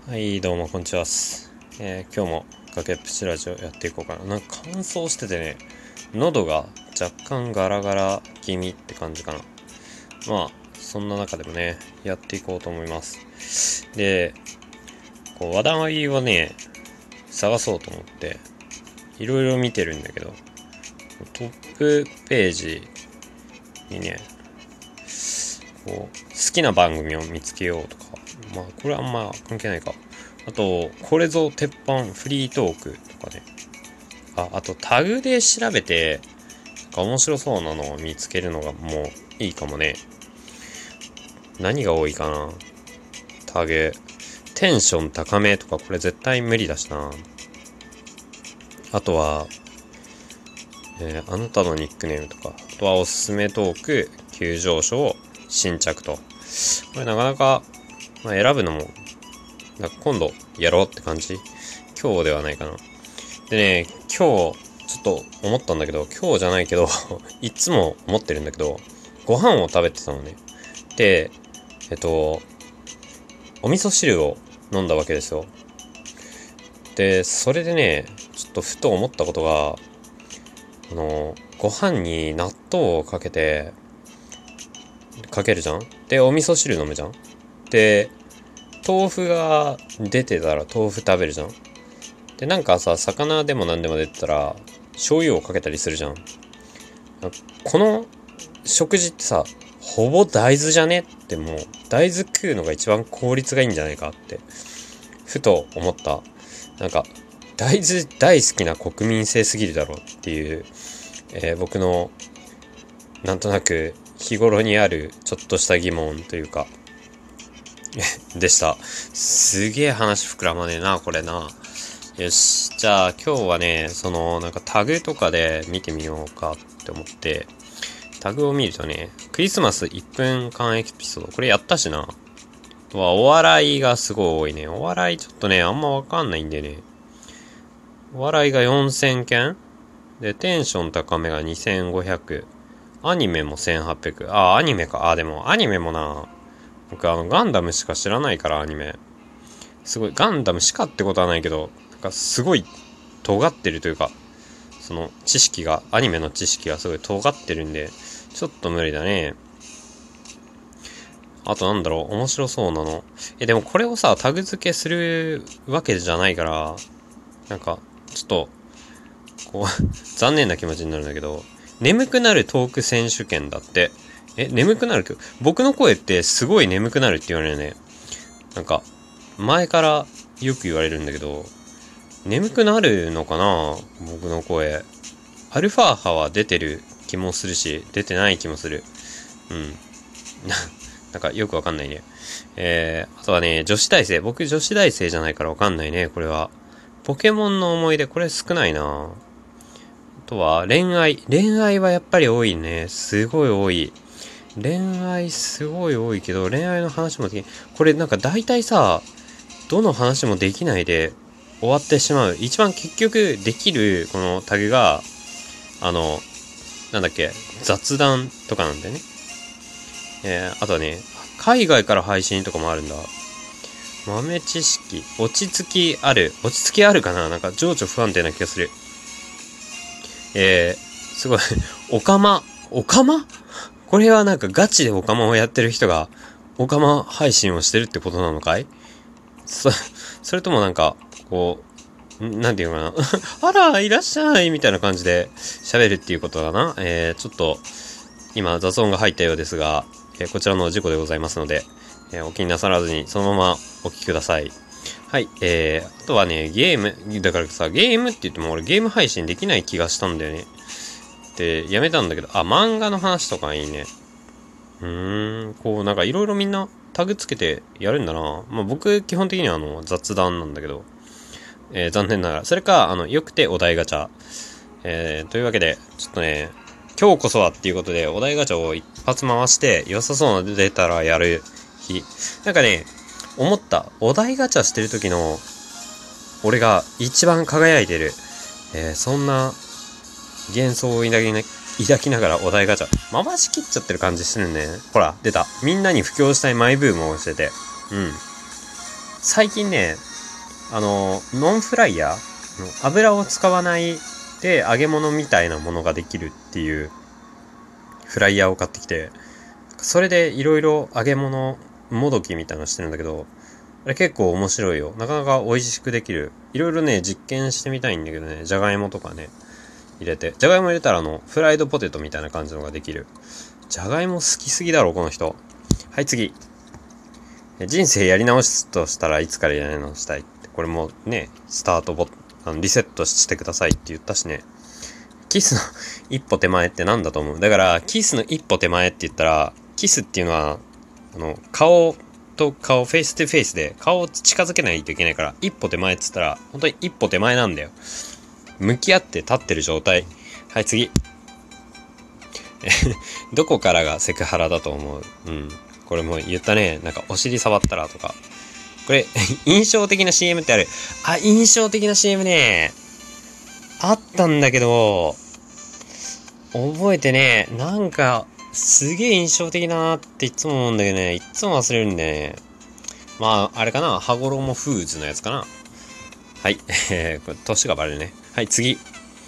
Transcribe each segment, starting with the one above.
はい、どうもこんにちは。今日も崖っぷちラジオやっていこうかな。なんか乾燥しててね、喉が若干ガラガラ気味って感じかな。まあ、そんな中でもね、やっていこうと思います。で、話題をね、探そうと思って、いろいろ見てるんだけど、トップページにね、好きな番組を見つけようとか、まあ、これあんま関係ないか。あと、これぞ鉄板フリートークとかね。あとタグで調べて、面白そうなのを見つけるのがもういいかもね。何が多いかな。タグ。テンション高めとかこれ絶対無理だしな。あとは、あなたのニックネームとか、あとはおすすめトーク、急上昇、新着と。これなかなか、選ぶのも、なんか今度やろうって感じ。今日ではないかな。でね、今日、ちょっと思ったんだけど、今日じゃないけど、いつも思ってるんだけど、ご飯を食べてたのね。で、お味噌汁を飲んだわけですよ。で、それでね、ちょっとふと思ったことが、ご飯に納豆をかけるじゃん。で、お味噌汁飲むじゃん。で、豆腐が出てたら豆腐食べるじゃん。で、なんかさ、魚でも何でも出てたら、醤油をかけたりするじゃん。この食事ってさ、ほぼ大豆じゃねってもう、大豆食うのが一番効率がいいんじゃないかって、ふと思った。なんか、大豆大好きな国民性すぎるだろうっていう、僕の、なんとなく、日頃にあるちょっとした疑問というか、でした。すげえ話膨らまねえな、これな。よし。じゃあ今日はね、なんかタグとかで見てみようかって思って、タグを見るとね、クリスマス1分間エピソード。これやったしな。あとはお笑いがすごい多いね。お笑いちょっとね、あんまわかんないんでね。お笑いが4000件で、テンション高めが2500。アニメも1800。アニメか。でもアニメもな、僕ガンダムしか知らないから、アニメ。すごい、ガンダムしかってことはないけど、なんかすごい尖ってるというか、その知識が、アニメの知識がすごい尖ってるんで、ちょっと無理だね。あとなんだろう、面白そうなの。でもこれをさ、タグ付けするわけじゃないから、なんか、ちょっと、残念な気持ちになるんだけど、眠くなるトーク選手権だって。眠くなるけど、僕の声ってすごい眠くなるって言われるね。なんか、前からよく言われるんだけど、眠くなるのかな僕の声。アルファ波は出てる気もするし、出てない気もする。うん。なんかよくわかんないね。あとはね、女子大生。僕女子大生じゃないからわかんないね、これは。ポケモンの思い出、これ少ないな。あとは恋愛。恋愛はやっぱり多いね。すごい多い。恋愛すごい多いけど、恋愛の話もできない。これなんか大体さ、どの話もできないで終わってしまう。一番結局できるこのタグが、あの、なんだっけ、雑談とかなんだよね。あとはね、海外から配信とかもあるんだ。豆知識、落ち着きある。落ち着きあるかな。なんか情緒不安定な気がする。すごい。オカマ。オカマこれはなんかガチでオカマをやってる人が、オカマ配信をしてるってことなのかい？それともなんか、なんていうのかな。あら、いらっしゃいみたいな感じで喋るっていうことだな。ちょっと、今雑音が入ったようですが、こちらの事故でございますので、お気になさらずにそのままお聞きください。はい、あとはね、ゲーム、だからさ、ゲームって言っても俺ゲーム配信できない気がしたんだよね。で、やめたんだけど、漫画の話とかいいね。なんかいろいろみんなタグつけてやるんだな。僕基本的には雑談なんだけど、残念ながら。それか、よくてお題ガチャ。というわけで、ちょっとね、今日こそはっていうことで、お題ガチャを一発回して、良さそうなの出たらやる日。なんかね、思った。お題ガチャしてる時の、俺が一番輝いてる。そんな幻想を抱きながらお題ガチャ。回しきっちゃってる感じしてるね。ほら、出た。みんなに布教したいマイブームをしてて。うん。 最近ね、ノンフライヤー、油を使わないで揚げ物みたいなものができるっていうフライヤーを買ってきて、それでいろいろ揚げ物もどきみたいなのしてるんだけど、あれ結構面白いよ。なかなか美味しくできる。いろいろね、実験してみたいんだけどね、じゃがいもとかね、入れて。じゃがいも入れたらフライドポテトみたいな感じのができる。じゃがいも好きすぎだろ、この人。はい、次。人生やり直すとしたらいつからやり直したいって。これもね、スタートリセットしてくださいって言ったしね。キスの一歩手前ってなんだと思う？だから、キスの一歩手前って言ったら、キスっていうのは、顔と顔、フェイスとフェイスで顔を近づけないといけないから、一歩手前って言ったら、本当に一歩手前なんだよ。向き合って立ってる状態。はい、次。どこからがセクハラだと思う？これも言ったね。なんかお尻触ったらとか。これ、印象的な CM ってある。あ、印象的な CM ね。あったんだけど、覚えてね。なんか、すげえ印象的だなっていつも思うんだけどね。いつも忘れるんだよね。まあ、あれかな。羽衣フーズのやつかな。はい。これ、年がバレるね。はい、次。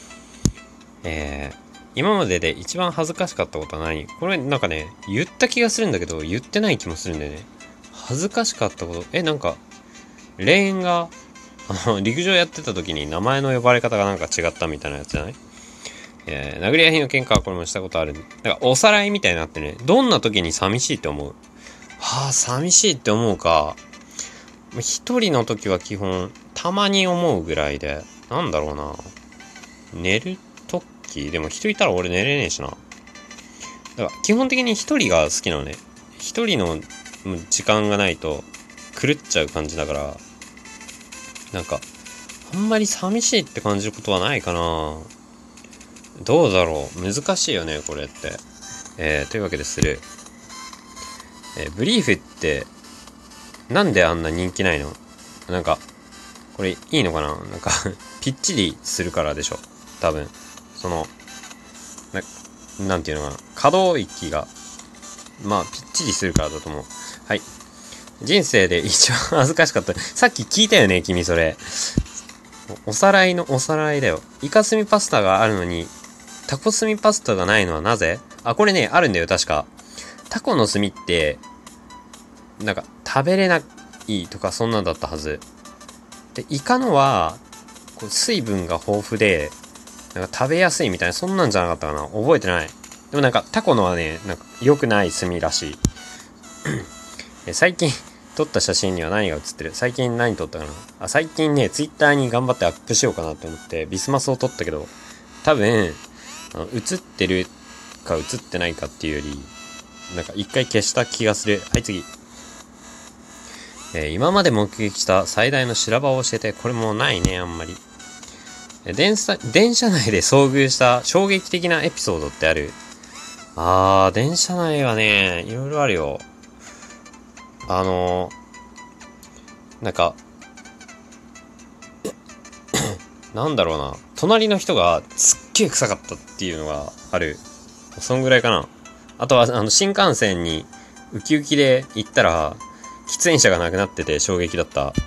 今までで一番恥ずかしかったことは何？これなんかね、言った気がするんだけど、言ってない気もするんだよね。恥ずかしかったこと、なんか、霊園が、陸上やってた時に名前の呼ばれ方がなんか違ったみたいなやつじゃない？殴り合いの喧嘩はこれもしたことある。だからおさらいみたいになってね、どんな時に寂しいって思う？寂しいって思うか。一人の時は基本、たまに思うぐらいで、なんだろうな。寝る時でも人いたら俺寝れねえしな。だから基本的に一人が好きなのね。一人の時間がないと狂っちゃう感じだから、なんか、あんまり寂しいって感じることはないかな。どうだろう。難しいよね、これって。というわけでする。ブリーフって、なんであんな人気ないの？なんか、これいいのかな？なんか、ぴっちりするからでしょ。多分。なんていうのかな。可動域が、まあ、ぴっちりするからだと思う。はい。人生で一番恥ずかしかった。さっき聞いたよね、君それ。おさらいのおさらいだよ。イカスミパスタがあるのに、タコスミパスタがないのはなぜ？これね、あるんだよ、確か。タコの炭って、なんか、食べれないとか、そんなんだったはず。で、イカのは、水分が豊富で、なんか食べやすいみたいな、そんなんじゃなかったかな。覚えてない。でもなんか、タコのはね、なんか、良くない炭らしい。最近、撮った写真には何が写ってる？最近何撮ったかな？最近ね、ツイッターに頑張ってアップしようかなと思って、ビスマスを撮ったけど、多分、映ってるか映ってないかっていうより、なんか一回消した気がする。はい、次。今まで目撃した最大の修羅場を教えて。これもないね、あんまり。電車内で遭遇した衝撃的なエピソードってある？電車内はね、いろいろあるよ。なんか、なんだろうな。隣の人がすっげえ臭かったっていうのがある。そんぐらいかな。あとは、新幹線にウキウキで行ったら、喫煙者がなくなってて衝撃だった。はい、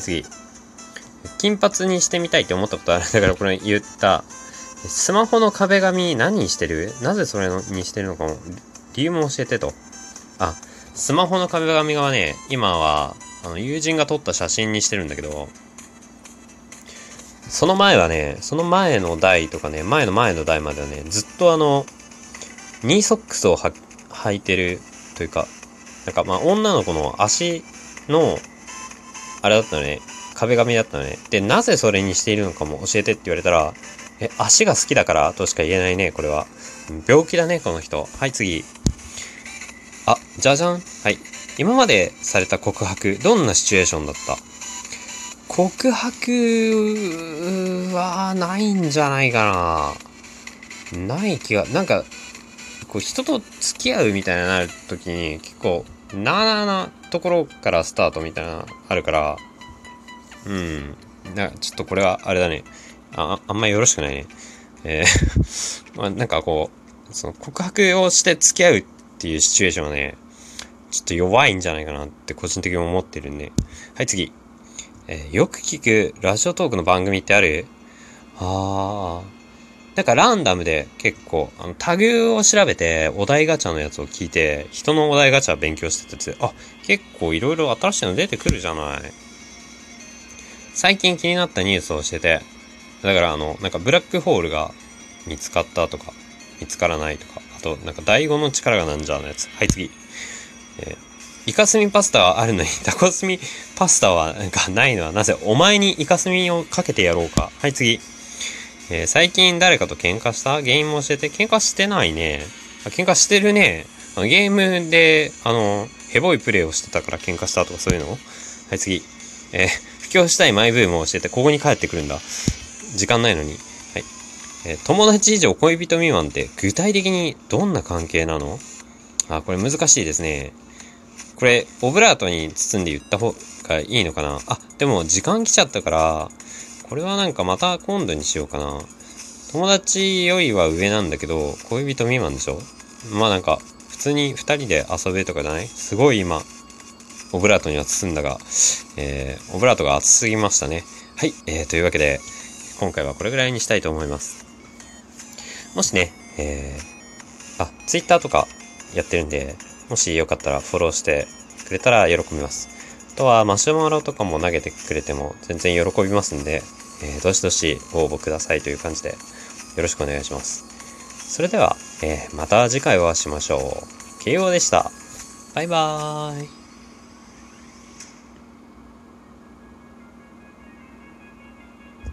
次。金髪にしてみたいって思ったことある。だからこれ言った。スマホの壁紙何にしてる？なぜそれにしてるのかも。理由も教えてと。スマホの壁紙がね、今は、友人が撮った写真にしてるんだけど、その前はね、その前の代とかね、前の代まではね、ずっとニーソックスを履いてるというか、なんかまあ女の子の足の、あれだったのね、壁紙だったのね。で、なぜそれにしているのかも教えてって言われたら、足が好きだからとしか言えないね、これは。病気だね、この人。はい、次。じゃじゃん。はい。今までされた告白、どんなシチュエーションだった？告白はないんじゃないかな。ない気が、なんか、人と付き合うみたいになるときに結構、なところからスタートみたいなあるから、ちょっとこれはあれだね。あんまよろしくないね。なんかその告白をして付き合うっていうシチュエーションはね、 ちょっと弱いんじゃないかなって個人的に思ってるんで。はい、次。よく聞くラジオトークの番組ってある？なんかランダムで結構、タグを調べてお題ガチャのやつを聞いて、人のお題ガチャ勉強してて、結構いろいろ新しいの出てくるじゃない。最近気になったニュースをしてて、だからなんかブラックホールが見つかったとか、見つからないとか、あとなんか第5の力がなんじゃのやつ。はい、次。イカスミパスタはあるのにタコスミパスタはなんかないのはなぜ？お前にイカスミをかけてやろうか。はい、次。最近誰かと喧嘩した？原因も教えて。喧嘩してないね。喧嘩してるね。ゲームでヘボいプレイをしてたから喧嘩したとかそういうの？はい、次。布教したいマイブームを教えて。ここに帰ってくるんだ。時間ないのに。はい。友達以上恋人未満って具体的にどんな関係なの？これ難しいですね。これ、オブラートに包んで言った方がいいのかな？でも時間来ちゃったから、これはなんかまた今度にしようかな。友達よりは上なんだけど、恋人未満でしょ？まあなんか、普通に二人で遊べとかじゃない？すごい今、オブラートには包んだが、オブラートが熱すぎましたね。はい、というわけで、今回はこれぐらいにしたいと思います。もしね、ツイッターとかやってるんで、もしよかったらフォローしてくれたら喜びます。あとはマシュマロとかも投げてくれても全然喜びますんで、どしどしご応募くださいという感じでよろしくお願いします。それでは、また次回お会いしましょう。慶応でした。バイバーイ。